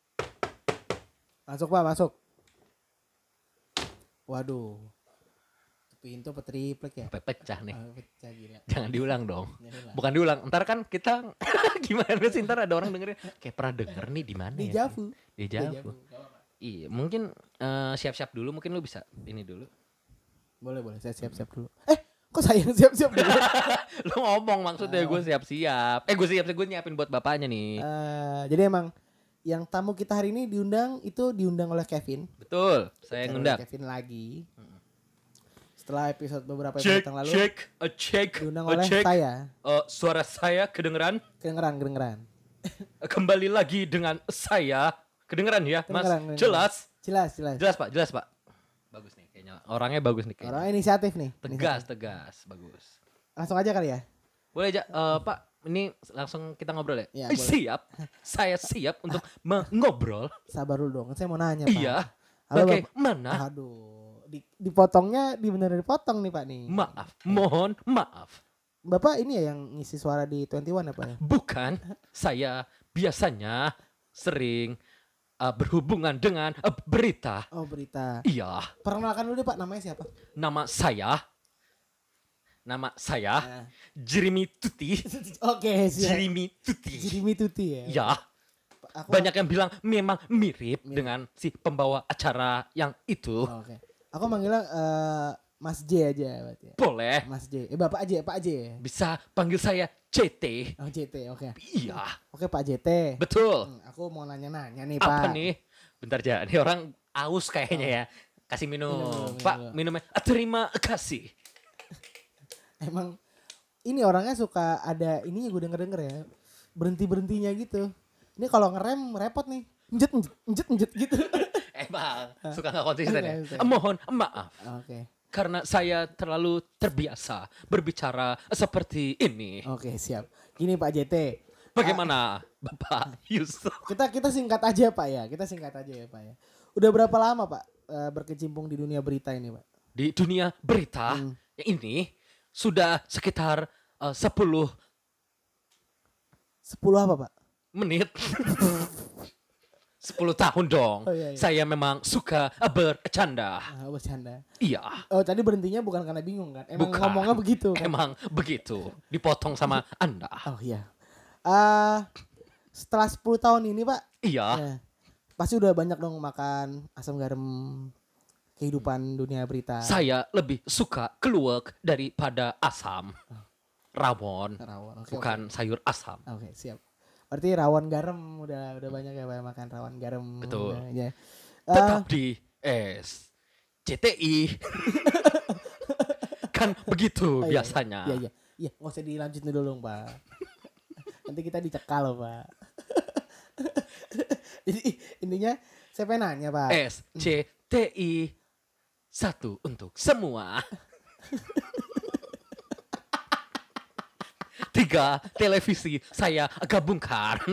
Masuk pak masuk. Waduh. Pintu apa triplek ya? Sampai pecah nih. Ah, pecah gila. Jangan diulang dong. Nyari lah. Bukan diulang. Ntar kan kita gimana sih ntar ada orang dengerin kayak pernah denger nih di mana Di ya? Javu. Di Javu. Iya, mungkin eh, siap-siap dulu. Mungkin lu bisa ini dulu. Boleh boleh saya siap-siap dulu. Eh kok saya yang siap-siap dulu? Lu ngomong maksudnya gue siap-siap. Eh gue siap-siap gue nyiapin buat bapaknya nih. Eh, jadi emang yang tamu kita hari ini diundang itu diundang oleh Kevin. Betul, saya Diundang ngundang. oleh Kevin lagi. Setelah episode beberapa episode Cek, yang lalu cek, a cek, diundang a oleh cek. saya. Eh, suara saya kedengeran. Kedengeran kedengeran. Kembali lagi dengan saya. Kedengeran ya, Mas? Kedengeran, kedengeran. Jelas. Jelas jelas. Jelas, Pak. Jelas, Pak. Bagus nih kayaknya. Orangnya bagus nih kayaknya. Orang inisiatif nih. Tegas, tegas. Bagus. Langsung aja kali ya. Boleh aja, eh, Pak. Ini langsung kita ngobrol ya? Ya, Eh, boleh. siap. Saya siap untuk mengobrol. Sabar dulu dong. Saya mau nanya Pak. Iya. Halo, Bapak. Bagaimana? Aduh. Di, dipotongnya di bener dipotong nih Pak nih. Maaf, mohon maaf. Bapak ini ya yang ngisi suara di dua puluh satu ya Pak ya? Bukan, saya biasanya sering uh, berhubungan dengan uh, berita. Oh berita. Iya, Perkenalkan dulu deh Pak namanya siapa? nama saya Nama saya Nah. Jeremy Tuti. Oke, siap. Jeremy Tuti. Jeremy Tuti ya. Ya, Aku- banyak yang bilang memang mirip, Mirip. dengan si pembawa acara yang itu. Oh, Oke. Aku manggilnya eh, Mas J aja berarti ya. Boleh, Mas J. Eh Bapak J, Pak J. bisa panggil saya C T. Oh J T, oke. Iya, Oke Pak J T. betul. Hmm, aku mau nanya-nanya nih Apa Pak. nih? Bentar aja, ini orang aus kayaknya ya. Kasih minum. Minum dulu, minum Pak, dulu. minumnya. Ah, terima kasih. Emang ini orangnya suka ada ininya gue denger-denger ya. Berhenti-berhentinya gitu. Ini kalau ngerem repot nih. Njet njet njet njet gitu. Emang, suka gak konsisten ya? Konsisten. Eh, Mohon maaf. Oke. Karena saya terlalu terbiasa berbicara seperti ini. Oke, siap. Gini Pak J T. Bagaimana Bapak Yusuf? Kita kita singkat aja Pak ya. Kita singkat aja ya Pak ya. Udah berapa lama Pak eh, berkecimpung di dunia berita ini Pak? Di dunia berita Hmm. yang ini sudah sekitar eh, sepuluh sepuluh apa Pak? menit. sepuluh tahun dong. Oh, iya, iya. Saya memang suka bercanda. Ah, bercanda. Iya, Oh tadi berhentinya bukan karena bingung kan? Emang Bukan. ngomongnya begitu kan? emang begitu. Dipotong sama Anda. Oh iya. Ah, setelah sepuluh tahun ini Pak, Iya, ya, pasti udah banyak dong makan asam garam kehidupan dunia berita. saya lebih suka keluak daripada asam. Rawon, Rawon. Oke, bukan sayur asam. Oke, oke, siap. Berarti rawon garam udah udah banyak ya Pak makan rawon garam. Betul. Udah, ya. Ah, Tetap di S C T I. Kan begitu oh, iya, biasanya. Iya, iya. Iya, nggak usah dilanjutin dulu dong, Pak. Nanti kita dicekal loh, Pak. Jadi intinya saya pengen nanya, Pak. S C T I satu untuk semua. Tiga televisi saya gabungkan.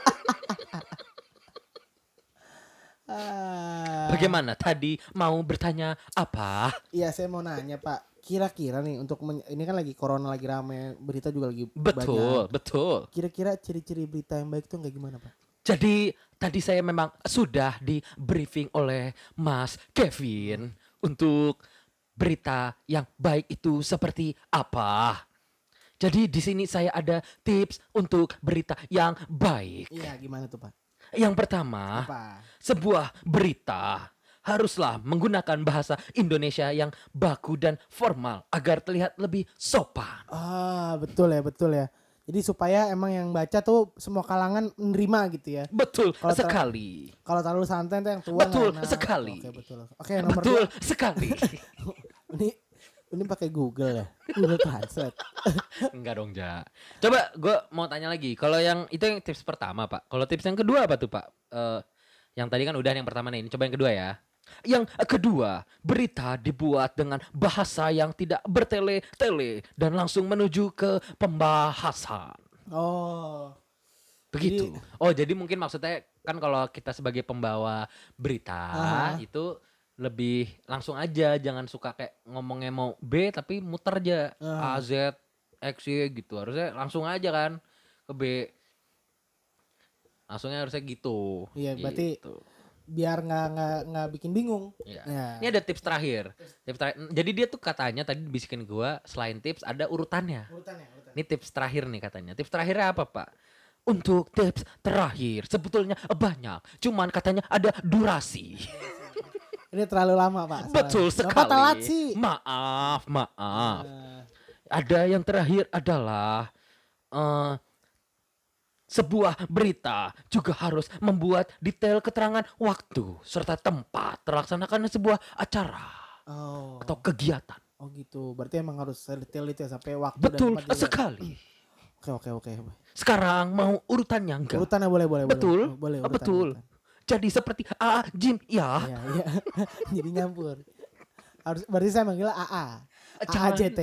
Ah, Bagaimana tadi mau bertanya apa? Iya, saya mau nanya, Pak. Kira-kira nih untuk men- ini kan lagi corona lagi rame, berita juga lagi Betul, banyak. betul. Kira-kira ciri-ciri berita yang baik tuh kayak gimana, Pak? Jadi tadi saya memang sudah di briefing oleh Mas Kevin untuk berita yang baik itu seperti apa. Jadi di sini saya ada tips untuk berita yang baik. Iya, gimana tuh, Pak? Yang pertama, Apa? sebuah berita haruslah menggunakan bahasa Indonesia yang baku dan formal agar terlihat lebih sopan. Ah, betul ya, betul ya. Jadi supaya emang yang baca tuh semua kalangan menerima gitu ya. Betul Kalau ter- sekali. Kalau terlalu santai tuh yang tua Betul nggak enak. sekali. Oke, betul. Oke, nomor Betul dua. sekali. Ini ini pakai Google ya. Google Translate. Enggak dong, Ja. Coba gue mau tanya lagi. Kalau yang itu yang tips pertama, Pak. Kalau tips yang kedua apa tuh, Pak? Eh, yang tadi kan udah yang pertama nih. Ini coba yang kedua ya. Yang kedua, berita dibuat dengan bahasa yang tidak bertele-tele dan langsung menuju ke pembahasan. Oh. Begitu. Jadi- oh, jadi mungkin maksudnya kan kalau kita sebagai pembawa berita Aha. itu lebih langsung aja, jangan suka kayak ngomongnya mau B tapi muter aja Ah. A Z X Y gitu. Harusnya langsung aja kan ke B. Langsungnya harusnya gitu. Iya, berarti Gitu. biar nggak nggak nggak bikin bingung. Iya. Ya. Ini ada tips terakhir. Tips terakhir. Jadi dia tuh katanya tadi bisikin gua selain tips ada urutannya. Urutannya, urutan. Ini tips terakhir nih katanya. Tips terakhirnya apa, Pak? Untuk tips terakhir sebetulnya banyak, cuman katanya ada durasi. Ini terlalu lama, Pak. Betul Soalnya. sekali. Bapak telat sih. Maaf, maaf. Nah, Ada yang terakhir adalah eh, sebuah berita juga harus membuat detail keterangan waktu serta tempat terlaksanakan sebuah acara oh. atau kegiatan. Oh gitu. Berarti emang harus detail itu ya sampai waktu Betul dan tempat juga. sekali. Oke, oke, oke. Sekarang mau urutannya enggak? Urutannya boleh, boleh, Betul, boleh. Boleh, urutan, betul. urutan. Jadi seperti A A Jim ya. Iya, iya. Jadi nyampur. Harus berarti saya manggil A A. A A Jangan. J T.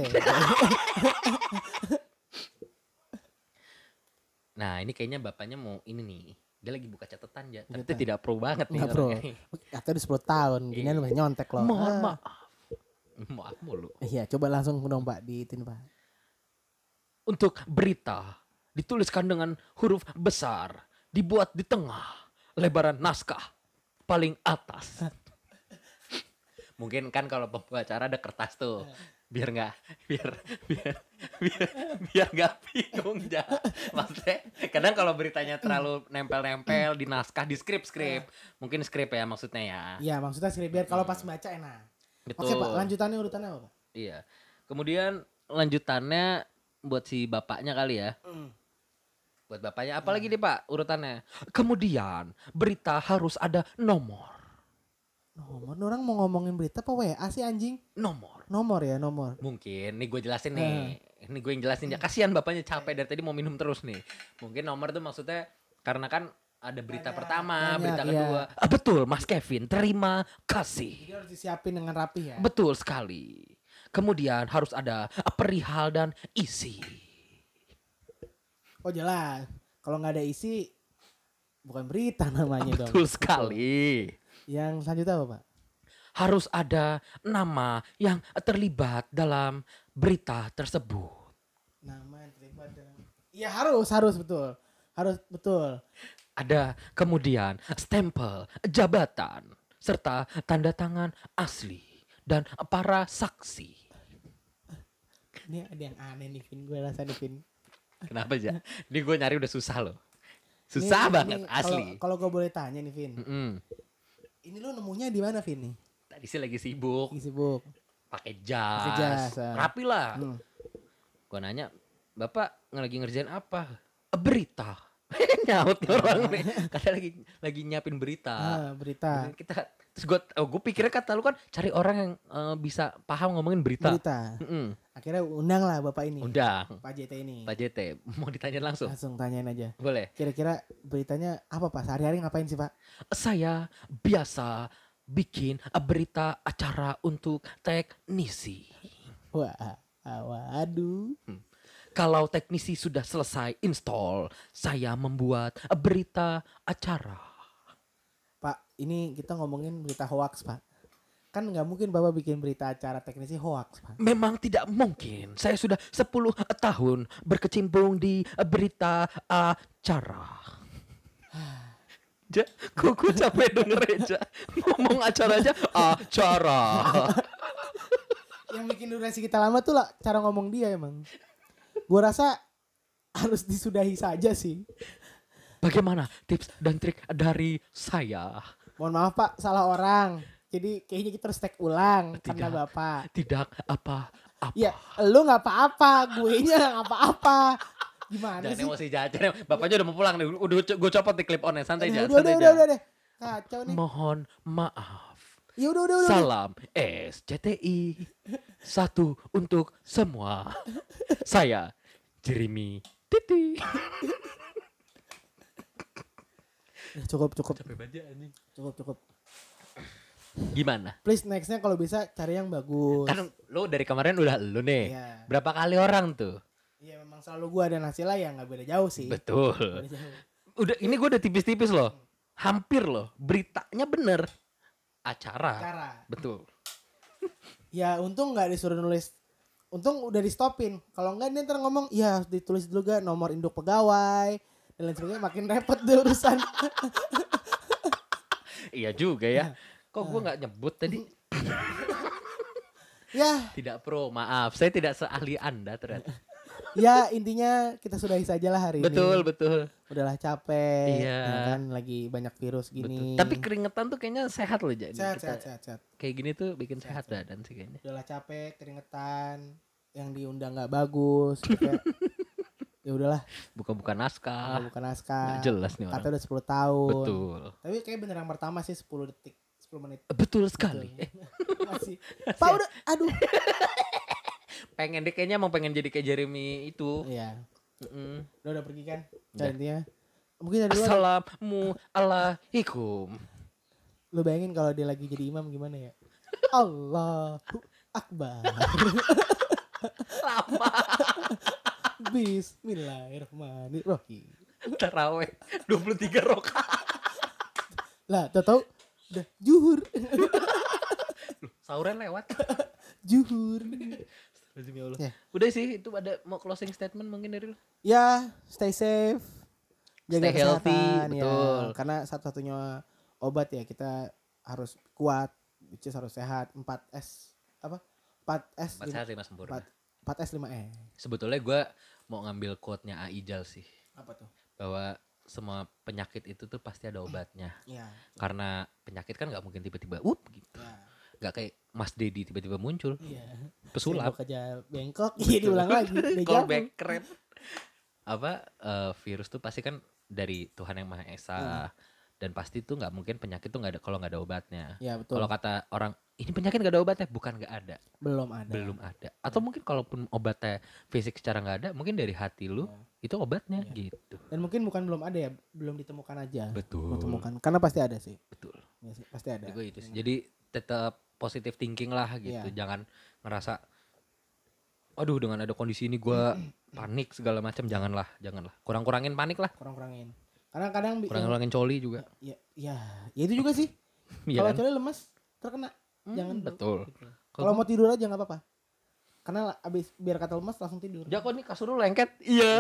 Nah ini kayaknya bapaknya mau ini nih. Dia lagi buka catatan ya. Tapi Catatan. tidak pro banget nih. Enggak, Bro. orangnya nih. Atau di sepuluh tahun. Ginian udah nyontek loh. Mohon Ah. maaf. Maaf mulu. Iya, coba langsung dong Pak diitin Pak. Untuk berita dituliskan dengan huruf besar. Dibuat di tengah. Lebaran naskah. Paling atas. Mungkin kan kalau pembawa acara ada kertas tuh. biar nggak biar biar biar biar nggak bingung ja. Maksudnya kadang kalau beritanya terlalu nempel-nempel di naskah di skrip-skrip, mungkin skrip ya maksudnya ya. Iya maksudnya sih biar kalau pas baca enak. Betul. Oke Pak, lanjutannya urutannya apa Pak? Iya. Kemudian lanjutannya buat si bapaknya kali ya. Mm. Buat bapaknya apalagi nih Pak urutannya. Kemudian berita harus ada nomor. Nomor, orang mau ngomongin berita apa W A sih anjing? Nomor. Nomor ya nomor. Mungkin nih gue jelasin nih. Ini gue yang jelasin ya. Kasihan bapaknya capek dari tadi mau minum terus nih. Mungkin nomor tuh maksudnya karena kan ada berita Banyak, pertama, banyak, berita iya. kedua. Ah, betul Mas Kevin, terima kasih. Jadi harus disiapin dengan rapi ya. Betul sekali. Kemudian harus ada perihal dan isi. Oh jelas. Kalau nggak ada isi bukan berita namanya dong. Betul sekali. Yang selanjutnya apa Pak? Harus ada nama yang terlibat dalam berita tersebut. Nama yang terlibat dalam. Iya harus harus betul. Harus betul. Ada kemudian stempel jabatan serta tanda tangan asli dan para saksi. Ini ada yang aneh nih Vin, gue rasa nih Vin. Kenapa aja? Ini gue nyari udah susah loh. Ini- Susah ini banget kalau- asli. Kalau gue boleh tanya nih Vin. Mm-mm. Ini lu nemunya di mana Vin nih? Tadi sih lagi sibuk, Lagi sibuk. pakai jas, Pakai jas, ah. rapi lah. Hmm. Gue nanya, bapak lagi ngerjain apa? Berita. Nyaut nih orang nih. Katanya lagi lagi nyiapin berita. Ah, berita. Kita terus gue oh, gue pikirnya kata lu kan cari orang yang eh, bisa paham ngomongin berita. Berita. Mm-mm. Akhirnya undang lah bapak ini. Undang Pak J T ini. Pak J T mau ditanya langsung. Langsung tanyain aja. Boleh. Kira-kira beritanya apa Pak? Sehari-hari ngapain sih Pak? Saya biasa bikin berita acara untuk teknisi. Wah, waduh. Kalau teknisi sudah selesai install, saya membuat berita acara. Pak, ini kita ngomongin berita hoax Pak. Kan nggak mungkin Bapak bikin berita acara teknisi hoax Pak. Memang tidak mungkin. Saya sudah sepuluh tahun berkecimpung di berita acara. Ja, kok gue capek denger aja. Ngomong acara aja, acara. Yang bikin durasi kita lama tuh lah cara ngomong dia emang. Gue rasa harus disudahi saja sih. Bagaimana tips dan trik dari saya? Mohon maaf Pak, salah orang. Jadi kayaknya kita harus tag ulang karena Tidak. Bapak. Tidak apa-apa. Ya, lu nggak apa-apa, gue nya nggak apa-apa. Gimana Jangan sih? emosi jajan. Bapaknya udah mau pulang nih. Udah gue copot di clip on ya. Santai aja. Udah, udah, Santai udah, aja. udah, udah. Kacau nih. Mohon maaf. Ya udah, udah, udah. Salam S C T I. Satu untuk semua. Saya Jeremy Titi. Udah, Cukup, cukup, Capek banget anjing. cukup, cukup. Gimana? Please nextnya kalau bisa cari yang bagus. Kan lo dari kemarin udah lo nih. Iya. Berapa kali orang tuh? Iya memang selalu gua dan hasilnya ya nggak beda jauh sih. Betul. Beda jauh. Udah ini gue udah tipis-tipis loh. Hampir loh. Beritanya bener. Acara. Cara. Betul. Ya untung nggak disuruh nulis. Untung udah di stopin. Kalau nggak dia ntar ngomong, ya harus ditulis dulu gak nomor induk pegawai dan lain sebagainya. Makin repot deh urusan. Iya juga ya. Kok gue nggak nyebut tadi? Ya, Tidak pro, maaf. Saya tidak seahli Anda ternyata. ya intinya kita sudahi saja lah hari Betul, ini. betul. Udahlah capek. Iya. Ya kan lagi banyak virus gini. Betul. Tapi keringetan tuh kayaknya sehat loh jadi. sehat, Kita sehat, sehat, sehat. kayak gini tuh bikin sehat, Sehat, badan sih kayaknya. Udahlah capek, keringetan, yang diundang nggak bagus. Kayak, ya udahlah, Buka-buka naskah. bukan naskah. Nggak jelas nih orang. Kata udah sepuluh tahun. Betul. Tapi kayak bener yang pertama sih sepuluh detik, sepuluh menit. Betul sekali. Betul. Eh, Masih. Pak udah, aduh. pengen deh kayaknya mau pengen jadi kayak Jeremy itu. Iya. Mm-mm. Udah udah pergi kan? Udah. Dan intinya mungkin dari luar Assalamualaikum. lu bayangin kalau dia lagi jadi imam gimana ya? Allahu Akbar. Lama. Bismillahirrahmanirrahim. Taraweh dua puluh tiga rakaat. Lah, tau tau udah juhur. Sauran lewat. Juhur. Lazim ya Allah. Ya. Udah sih itu ada mau closing statement mungkin dari lu. Ya, stay safe. Jaga Stay healthy, kesehatan ya. betul. Karena satu-satunya obat ya kita harus kuat, which is harus sehat. empat S apa? empat S Empat sehat lima sempurna. empat S lima E. Sebetulnya gue mau ngambil quote-nya Aijal sih. Apa tuh? Bahwa semua penyakit itu tuh pasti ada obatnya. Iya. Karena penyakit kan gak mungkin tiba-tiba up gitu. Ya. Gak kayak Mas Dedi tiba-tiba muncul. Iya. Pesulap. Sendok aja bengkok, iya diulang lagi. Callback keren. Apa uh, virus tuh pasti kan dari Tuhan yang Maha Esa. Hmm. Dan pasti tuh nggak mungkin penyakit tuh nggak ada kalau nggak ada obatnya. Ya, betul. Kalau kata orang ini penyakit nggak ada obatnya, bukan nggak ada. Belum ada. Belum ada. Atau ya. Mungkin kalaupun obatnya fisik secara nggak ada, mungkin dari hati lu ya. Itu obatnya ya. Gitu. Dan mungkin bukan belum ada ya, belum ditemukan aja. Betul. Ditemukan karena pasti ada sih. Betul. Ya, sih, pasti ada. Jadi, itu sih. Jadi tetap positive thinking lah gitu. Ya. Jangan ngerasa, aduh dengan ada kondisi ini gue panik segala macam. Janganlah, janganlah. Kurang-kurangin panik lah. Kurang-kurangin. Karena kadang kurang-kurangin coli juga. Ya, ya, ya itu juga sih. Kalau kan? Coli lemas terkena. Hmm, jangan betul. Gitu. Kalau mau tidur aja nggak apa-apa. Karena abis biar kata lemas langsung tidur. Ya kok nih kasur lu lengket? Iya.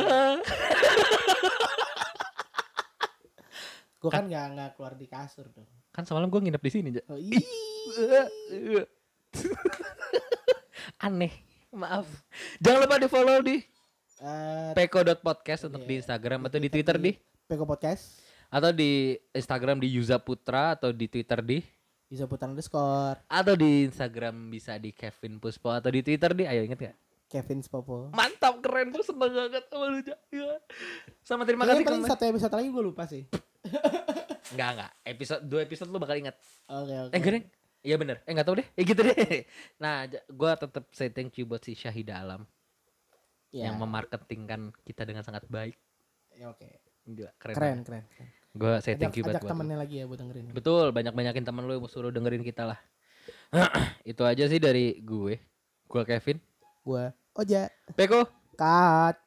Gue kan nggak nggak keluar di kasur dong. Kan semalam gue nginep di sini aja. Oh, aneh. Maaf. Jangan lupa di follow di uh, peko dot podcast untuk yeah. Di Instagram atau di Twitter di Peko Podcast. Atau di Instagram di Yuza Putra atau di Twitter di Yuza Putra underscore. Atau di Instagram bisa di Kevin Puspo atau di Twitter di ayo inget gak? Kevin Puspo. Mantap keren gue seneng banget sama lu ya. Sama terima Kayaknya kasih. Paling satu episode lagi gue lupa sih. Enggak enggak episode dua episode lu bakal ingat. Oke okay, oke. Okay. Eh gede. Iya bener. Eh nggak tahu deh. Eh gitu deh. Nah gue tetap say thank you buat si Syahida Alam yeah. Yang memarketingkan kita dengan sangat baik. Ya, oke. Okay. Gila, keren, keren, keren, keren. Gue say thank you buat ajak temennya lagi ya buat dengerin. Betul, banyak-banyakin temen lu yang suruh dengerin kita lah. Itu aja sih dari gue. Gue Kevin. Gue Oja. Peko. Cut.